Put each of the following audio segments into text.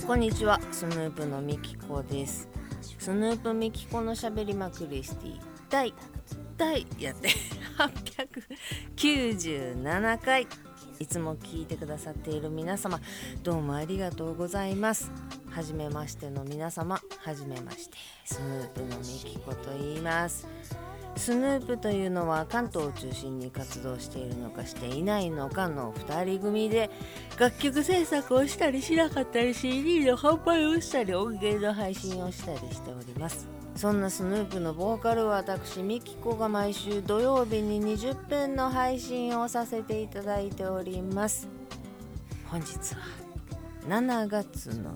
こんにちは、スヌープのみきこです。スヌープみきこのしゃべりまクリスティ第やって897回、いつも聞いてくださっている皆様、どうもありがとうございます。はじめましての皆様、はじめまして。スヌープのみきこと言います。スヌープというのは関東を中心に活動しているのかしていないのかの2人組で、楽曲制作をしたりしなかったり CD の販売をしたり音源の配信をしたりしております。そんなスヌープのボーカルは私みきこが毎週土曜日に20分の配信をさせていただいております。本日は7月の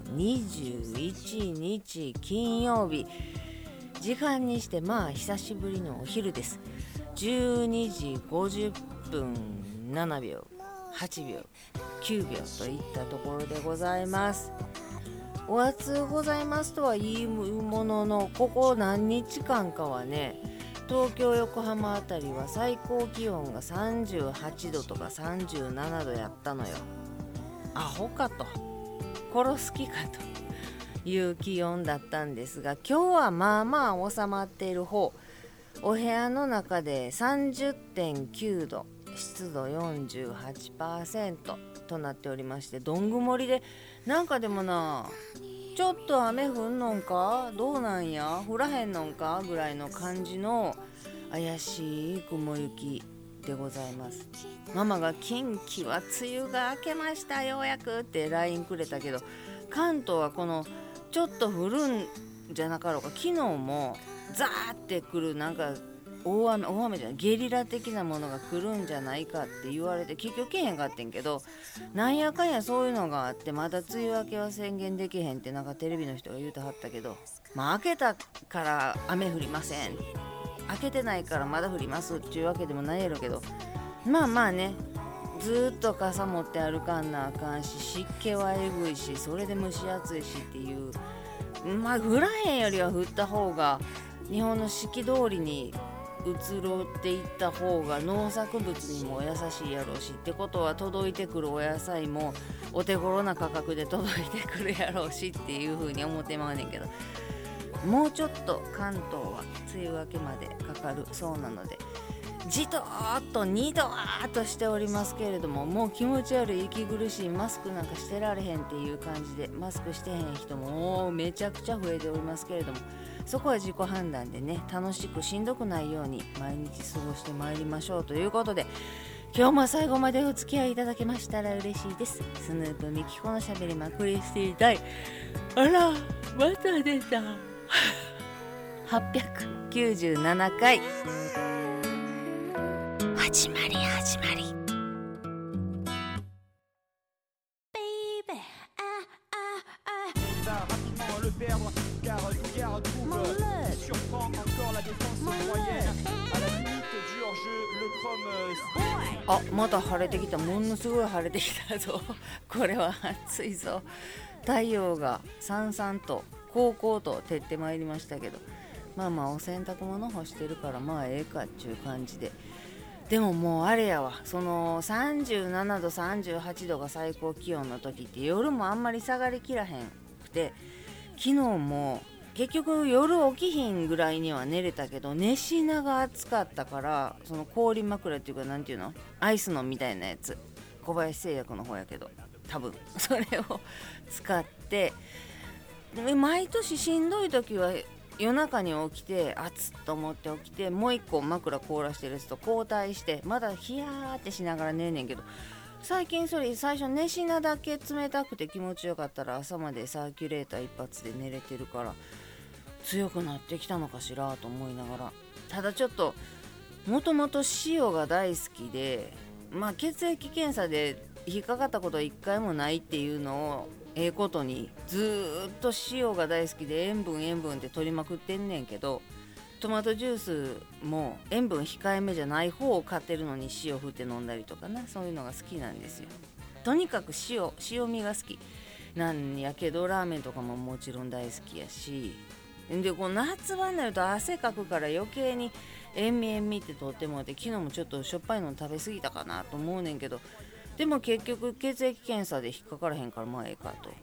21日金曜日、時間にして久しぶりのお昼です。12時50分7秒8秒9秒といったところでございます。お暑ございますとは言うものの、ここ何日間かはね、東京横浜あたりは最高気温が38度とか37度やったのよ。アホかと、殺す気かという気温だったんですが、今日はまあ収まっている方。お部屋の中で 30.9 度、湿度 48% となっておりまして、どん曇りで、なんかでもな、ちょっと雨降んのんか、どうなんや、降らへんのんかぐらいの感じの怪しい雲行きでございます。ママが近畿は梅雨が明けましたようやくって LINE くれたけど、関東はこのちょっと降るんじゃなかろうか、昨日もザーって来るなんか大雨じゃない、ゲリラ的なものが来るんじゃないかって言われて、結局来へんかってんけど、なんやかんやそういうのがあって、まだ梅雨明けは宣言できへんってなんかテレビの人が言うてはったけど、明けたから雨降りません、明けてないからまだ降りますっていうわけでもないやろけど、ね、ずっと傘持って歩かんなあかんし、湿気はえぐいし、それで蒸し暑いしっていう、降らへんよりは降った方が日本の四季通りに移ろっていった方が農作物にも優しいやろうし、ってことは届いてくるお野菜もお手頃な価格で届いてくるやろうしっていう風に思ってまうねんけど、もうちょっと関東は梅雨明けまでかかるそうなので、じとーっと2度ーっとしておりますけれども、もう気持ち悪い息苦しい、マスクなんかしてられへんっていう感じで、マスクしてへん人ももうめちゃくちゃ増えておりますけれども、そこは自己判断でね、楽しくしんどくないように毎日過ごしてまいりましょうということで、今日も最後までお付き合いいただけましたら嬉しいです。スヌープみきこのしゃべりまクリスティ第また出た897回始まりまた晴れてきた、ものすごい晴れてきたぞこれは暑いぞ。太陽がさんさんとこうこうと照ってまいりましたけど、お洗濯物干してるからええかっちゅう感じで、でももうあれやわ、その37度38度が最高気温の時って夜もあんまり下がりきらへんくて、昨日も結局夜起きひんぐらいには寝れたけど、寝しなが暑かったから、その氷枕っていうか、なんていうの、アイスのみたいなやつ、小林製薬の方やけど多分それを使って、毎年しんどい時は夜中に起きて暑っと思って起きて、もう一個枕凍らしてるやつと交代してまだヒヤーってしながら寝んねんけど、最近それ最初寝しなだけ冷たくて気持ちよかったら朝までサーキュレーター一発で寝れてるから強くなってきたのかしらと思いながら、ただちょっともともと塩が大好きで、血液検査で引っかかったことは一回もないっていうのをことに、ずっと塩が大好きで塩分って取りまくってんねんけど、トマトジュースも塩分控えめじゃない方を買ってるのに塩振って飲んだりとかな、そういうのが好きなんですよ。とにかく塩味が好きなんやけど、ラーメンとかももちろん大好きやし、でこう夏場になると汗かくから余計に塩味ってとってもで、昨日もちょっとしょっぱいの食べ過ぎたかなと思うねんけど、でも結局血液検査で引っかからへんからええかと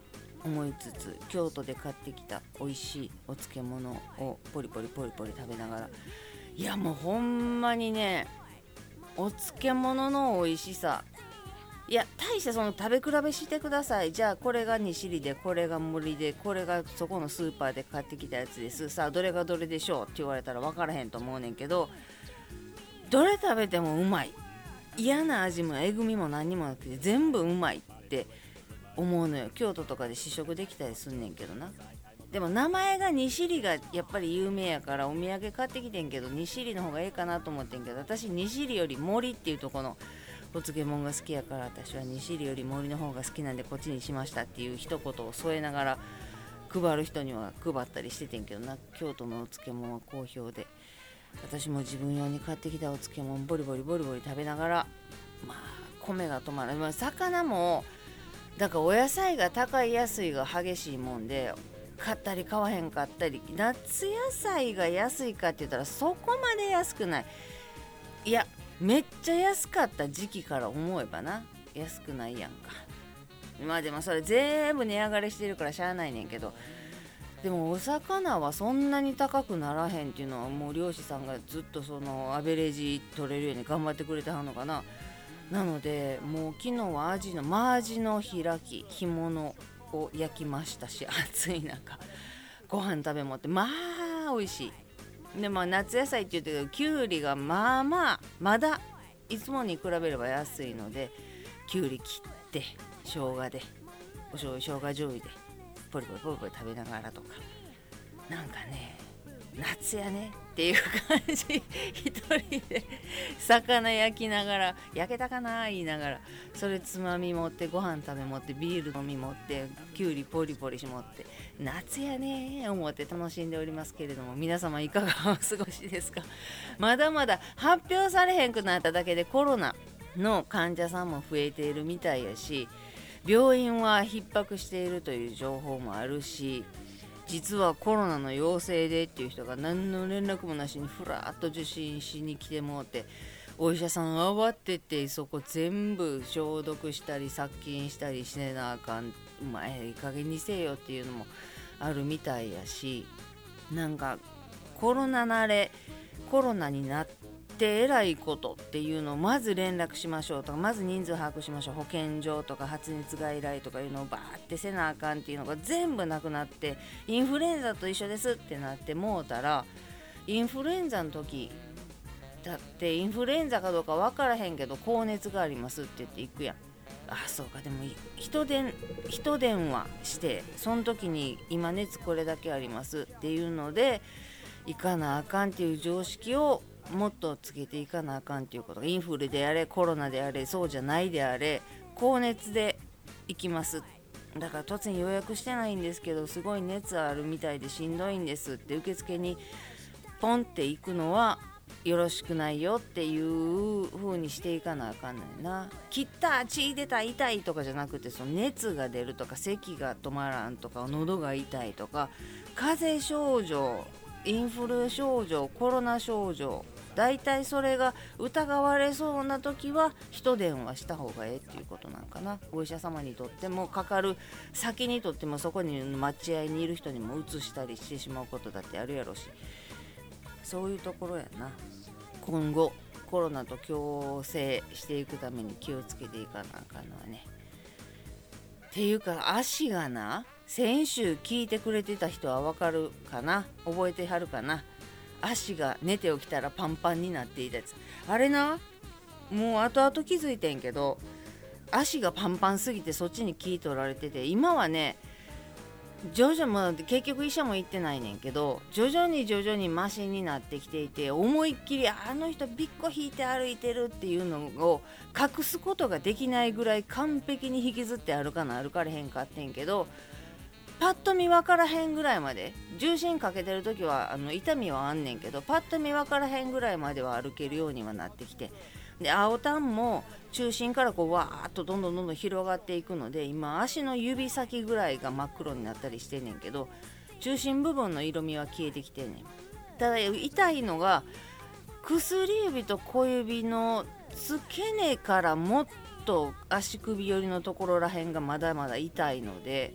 思いつつ、京都で買ってきた美味しいお漬物をポリポリポリポリ食べながら、いやもうほんまにね、お漬物の美味しさ、いや大してその食べ比べしてください。じゃあこれが2種類で、これが森で、これがそこのスーパーで買ってきたやつです、さあどれがどれでしょうって言われたら分からへんと思うねんけど、どれ食べてもうまい、嫌な味もえぐみも何にもなくて全部うまいって思うのよ。京都とかで試食できたりすんねんけどな。でも名前が2種類がやっぱり有名やからお土産買ってきてんけど、2種類の方がええかなと思ってんけど、私2種類より森っていうとこのお漬物が好きやから、私は2種類より森の方が好きなんでこっちにしましたっていう一言を添えながら配る人には配ったりしててんけどな。京都のお漬物は好評で、私も自分用に買ってきたお漬物ボリボリボリボリ食べながら、まあ米が止まらない、魚もだからお野菜が高い安いが激しいもんで、買ったり買わへんかったり、夏野菜が安いかって言ったらそこまで安くない。いやめっちゃ安かった時期から思えばな、安くないやんか。まあでもそれ全部値上がりしてるからしゃあないねんけど、でもお魚はそんなに高くならへんっていうのはもう漁師さんがずっとそのアベレージ取れるように頑張ってくれてはんのかな。なのでもう昨日はマアジの開き干物を焼きましたし、暑い中ご飯食べ持って、まあ美味しい。で夏野菜って言ってるけど、きゅうりがまだいつもに比べれば安いので、きゅうり切って生姜でお醤油生姜醤油でポリポリポリポリ食べながらとか、なんかね夏やねっていう感じ。一人で魚焼きながら、焼けたかな言いながら、それつまみ持ってご飯食べ持ってビール飲み持ってきゅうりポリポリし持って、夏やね思って楽しんでおりますけれども、皆様いかがお過ごしですか。まだまだ発表されへんくなっただけでコロナの患者さんも増えているみたいやし、病院は逼迫しているという情報もあるし、実はコロナの陽性でっていう人が何の連絡もなしにふらっと受診しに来てもうて、お医者さん慌ててそこ全部消毒したり殺菌したりしなあかん、いい加減にせよっていうのもあるみたいやし、なんかコロナになってえらいことっていうのをまず連絡しましょうとか、まず人数把握しましょう、保健所とか発熱外来とかいうのをバーってせなあかんっていうのが全部なくなって、インフルエンザと一緒ですってなってもうたら、インフルエンザの時だってインフルエンザかどうか分からへんけど高熱がありますって言って行くやん。あ、そうか。でも一電話してその時に今熱これだけありますっていうので行かなあかんっていう常識をもっとつけていかなあかんっていうことが、インフルであれコロナであれそうじゃないであれ高熱で行きます、だから突然予約してないんですけどすごい熱あるみたいでしんどいんですって受付にポンって行くのはよろしくないよっていう風にしていかなあかんないな。切った血出た痛いとかじゃなくて、その熱が出るとか咳が止まらんとか喉が痛いとか風邪症状インフル症状コロナ症状、だいたいそれが疑われそうな時は一電話した方がええっていうことなんかな。お医者様にとってもかかる先にとってもそこに待合にいる人にもうつしたりしてしまうことだってあるやろし、そういうところやな。今後コロナと共生していくために気をつけていかなあかんのはね。っていうか足がな、先週聞いてくれてた人はわかるかな、覚えてはるかな。足が寝て起きたらパンパンになっていたやつ、あれな、もう後々気づいてんけど足がパンパンすぎてそっちに気取られてて、今はね徐々に結局医者も行ってないねんけど徐々にマシになってきていて、思いっきりあの人ビッコ引いて歩いてるっていうのを隠すことができないぐらい完璧に引きずって歩かな歩かれへんかってんけど、パッと見分からへんぐらいまで、重心かけてる時は痛みはあんねんけどパッと見分からへんぐらいまでは歩けるようにはなってきて、で青タンも中心からこうわーっとどんどん広がっていくので、今足の指先ぐらいが真っ黒になったりしてんねんけど中心部分の色味は消えてきてんねん。ただ痛いのが薬指と小指の付け根からもっと足首寄りのところらへんがまだまだ痛いので、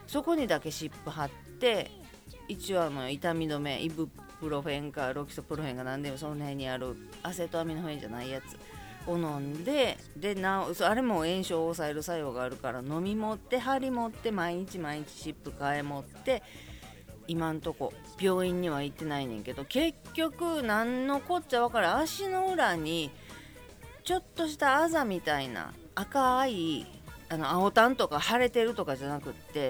そこにだけ湿布貼って、一応痛み止めイブプロフェンかロキソプロフェンか何でもその辺にあるアセトアミノフェンじゃないやつを飲んで、あれも炎症を抑える作用があるから飲み持って針持って毎日湿布替え持って、今んとこ病院には行ってないねんけど、結局なんのこっちゃ分からん、足の裏にちょっとしたあざみたいな赤い青タンとか腫れてるとかじゃなくって、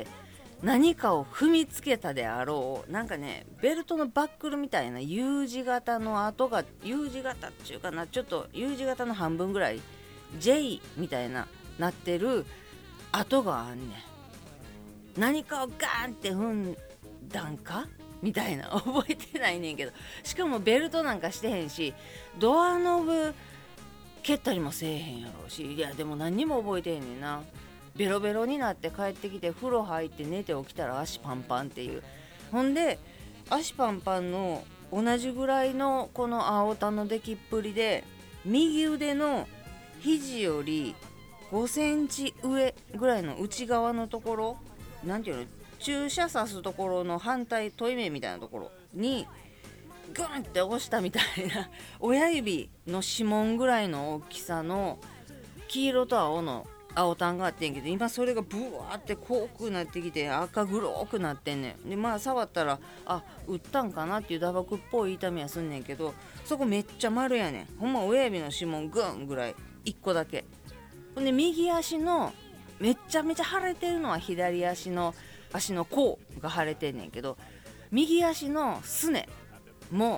何かを踏みつけたであろう、なんかねベルトのバックルみたいな U 字型の跡が、 U 字型っていうかな、ちょっと U 字型の半分ぐらい J みたいななってる跡があんねん。何かをガーンって踏んだんかみたいな、覚えてないねんけど、しかもベルトなんかしてへんし、ドアノブ蹴ったりもせえへんやろうし、いやでも何にも覚えてへんねんな。ベロベロになって帰ってきて風呂入って寝て起きたら足パンパンっていう。ほんで足パンパンの同じぐらいのこの青タンの出来っぷりで、右腕の肘より5センチ上ぐらいの内側のところ、なんていうの、注射刺すところの反対トイメみたいなところにグンって押したみたいな親指の指紋ぐらいの大きさの黄色と青の青タンがあってんけど、今それがブワーって濃くなってきて赤黒くなってんねん。で触ったら打ったんかなっていう打撲っぽい痛みはすんねんけど、そこめっちゃ丸やねん。ほんま親指の指紋グンぐらい1個だけ。ほんで右足のめちゃめちゃ腫れてるのは左足の甲が腫れてんねんけど、右足のすねも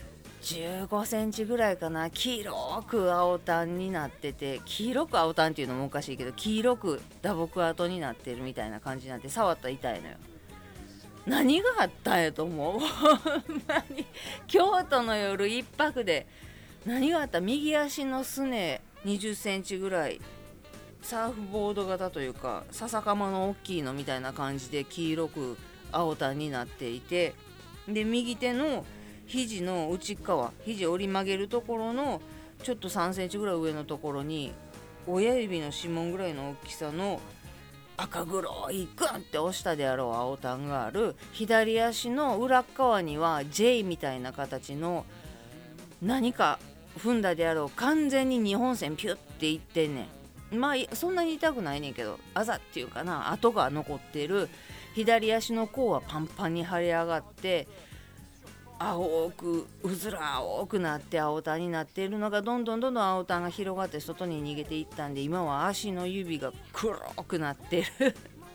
15センチぐらいかな、黄色く青タンになってて、黄色く青タンっていうのもおかしいけど、黄色く打撲跡になってるみたいな感じになって、触ったら痛いのよ。何があったんやと思うほんまに京都の夜一泊で何があった。右足のすね20センチぐらい、サーフボード型というか笹かまの大きいのみたいな感じで黄色く青タンになっていて、で右手の肘の内側、肘折り曲げるところのちょっと3センチぐらい上のところに親指の指紋ぐらいの大きさの赤黒いグンって押したであろう青タンがある。左足の裏側には J みたいな形の何か踏んだであろう完全に2本線ピュッていってんねん。そんなに痛くないねんけど、あざっていうかな、跡が残ってる。左足の甲はパンパンに腫れ上がって青くうずら青くなって青タンになっているのが、どんどん青タンが広がって外に逃げていったんで、今は足の指が黒くなってる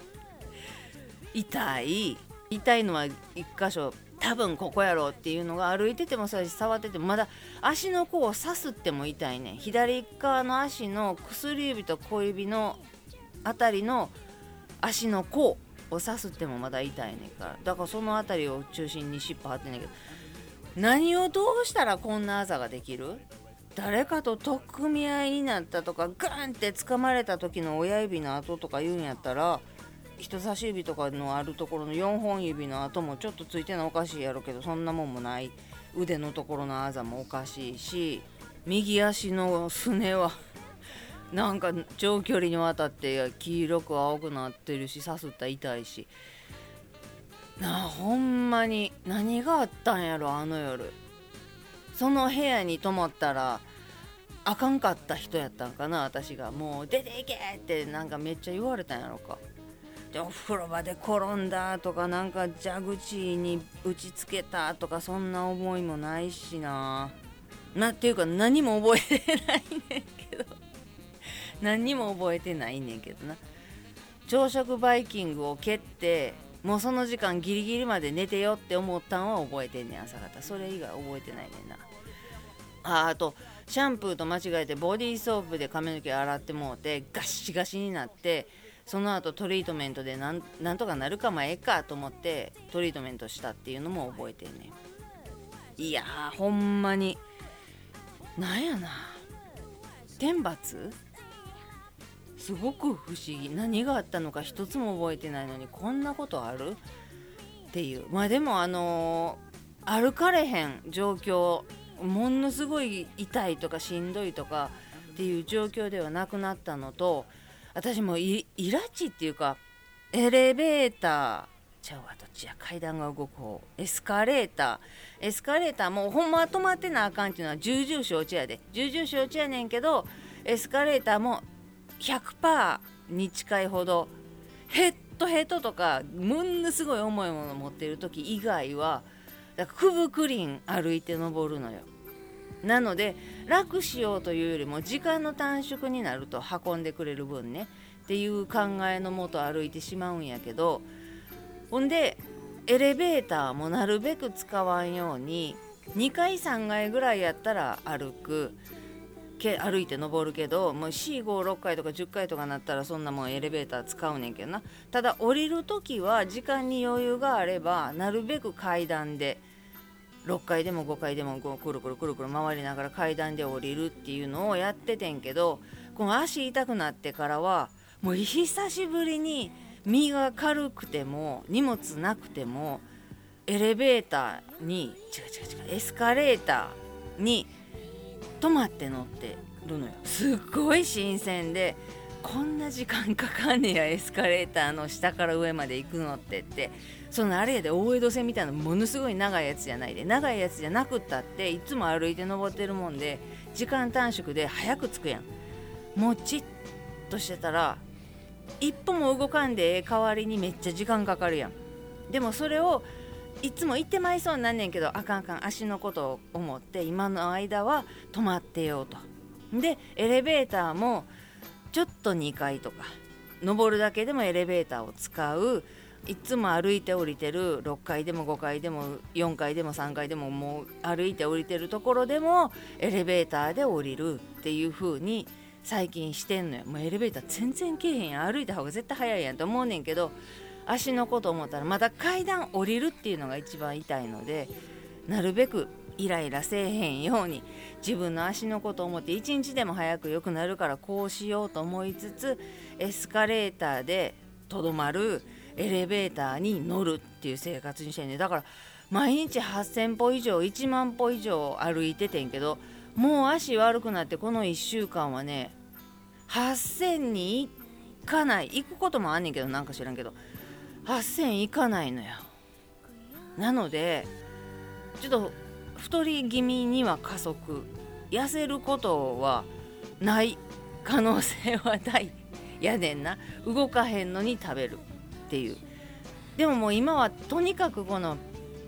痛いのは一箇所、多分ここやろっていうのが、歩いててもそうやし触っててもまだ足の甲をさすっても痛いね。左側の足の薬指と小指のあたりの足の甲をさすってもまだ痛いねんから、だからそのあたりを中心に湿布貼ってんねんけど、何をどうしたらこんなあざができる。誰かと取っ組み合いになったとか、ガンって掴まれた時の親指の跡とか言うんやったら、人差し指とかのあるところの4本指の跡もちょっとついてんのおかしいやろけど、そんなもんもない。腕のところのあざもおかしいし、右足のすねはなんか長距離にわたって黄色く青くなってるし、さすったら痛いしほんまに何があったんやろ。あの夜その部屋に泊まったらあかんかった人やったんかな。私がもう出ていけってなんかめっちゃ言われたんやろか。でお風呂場で転んだとか、なんか蛇口に打ちつけたとか、そんな思いもないしな。っていうか何も覚えてないねんけど何にも覚えてないねんけどな。朝食バイキングを蹴って、もうその時間ギリギリまで寝てよって思ったんは覚えてんねん、朝方。それ以外覚えてないねんな。あとシャンプーと間違えてボディーソープで髪の毛洗ってもうてガッシガシになって、その後トリートメントでなんとかなるかまあええかと思ってトリートメントしたっていうのも覚えてんねん。いやーほんまになんやな、天罰すごく不思議。何があったのか一つも覚えてないのにこんなことあるっていう。でも歩かれへん状況、ものすごい痛いとかしんどいとかっていう状況ではなくなったのと、私もイラチっていうかエレベーターちゃうわ、どっちや、階段が動く方、エスカレーターもうほんまは止まってなあかんっていうのは重々承知やで、重々承知やねんけど、エスカレーターも 100% に近いほどヘッドとかものすごい重いもの持ってる時以外はだからくぶくりん歩いて登るのよ。なので楽しようというよりも時間の短縮になると、運んでくれる分ねっていう考えのもと歩いてしまうんやけど、ほんでエレベーターもなるべく使わんように2階3階ぐらいやったら歩いて登るけど、もう4、5、6階とか10階とかなったらそんなもんエレベーター使うねんけどな。ただ降りるときは時間に余裕があればなるべく階段で6階でも5階でもくるくる回りながら階段で降りるっていうのをやっててんけど、この足痛くなってからはもう久しぶりに身が軽くても荷物なくてもエレベーターにエスカレーターに止まって乗ってるのよ。すっごい新鮮で、こんな時間かかんねやエスカレーターの下から上まで行くのってそのあれやで、大江戸線みたいなものすごい長いやつじゃないで、長いやつじゃなくったっていつも歩いて登ってるもんで時間短縮で早く着くやん。もちっとしてたら一歩も動かんで代わりにめっちゃ時間かかるやん。でもそれをいつも行ってまいそうになんねんけど、あかん足のことを思って今の間は止まってようと。でエレベーターもちょっと2階とか登るだけでもエレベーターを使う、いつも歩いて降りてる6階でも5階でも4階でも3階でももう歩いて降りてるところでもエレベーターで降りるっていう風に最近してんのよ。もうエレベーター全然けえへんやん、歩いた方が絶対早いやんと思うねんけど、足のこと思ったらまた階段降りるっていうのが一番痛いので、なるべくイライラせえへんように自分の足のこと思って一日でも早く良くなるからこうしようと思いつつ、エスカレーターでとどまる、エレベーターに乗るっていう生活にしてんね。だから毎日8000歩以上1万歩以上歩いててんけど、もう足悪くなってこの1週間はね8000に行かない、行くこともあんねんけどなんか知らんけど8000行かないのよ。なのでちょっと太り気味には加速、痩せることはない可能性は大やねんな。動かへんのに食べるっていう。でももう今はとにかくこの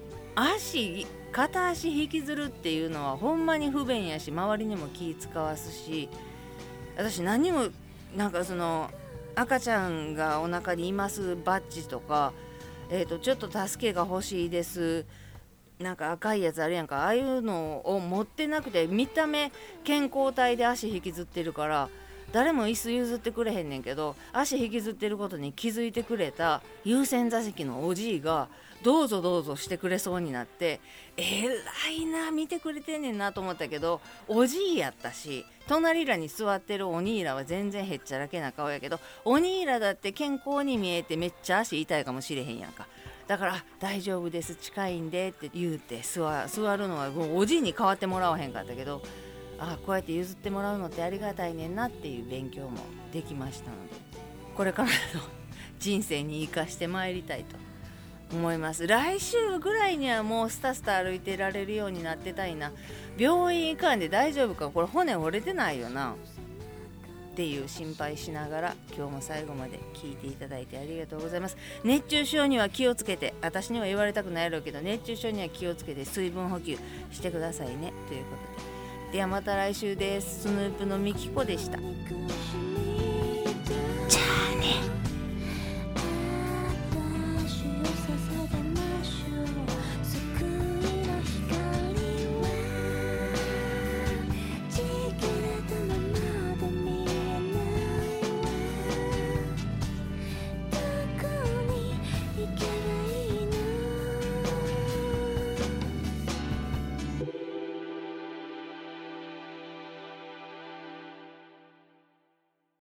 片足引きずるっていうのはほんまに不便やし、周りにも気使わすし、私何もなんかその赤ちゃんがお腹にいますバッジとか、ちょっと助けが欲しいですなんか赤いやつあるやんか、ああいうのを持ってなくて、見た目健康体で足引きずってるから誰も椅子譲ってくれへんねんけど、足引きずってることに気づいてくれた優先座席のおじいがどうぞしてくれそうになって、えらいな見てくれてんねんなと思ったけど、おじいやったし、隣らに座ってるお兄らは全然へっちゃらけな顔やけど、お兄らだって健康に見えてめっちゃ足痛いかもしれへんやんか。だから大丈夫です近いんでって言うて座るのはもうおじいに代わってもらわへんかったけど、こうやって譲ってもらうのってありがたいねんなっていう勉強もできましたので、これからの人生に生かしてまいりたいと思います。来週ぐらいにはもうスタスタ歩いてられるようになってたいな。病院行かんで大丈夫か、これ骨折れてないよなっていう心配しながら、今日も最後まで聞いていただいてありがとうございます。熱中症には気をつけて、私には言われたくないやろうけど熱中症には気をつけて水分補給してくださいねということで、ではまた来週です。スヌープのみきこでした。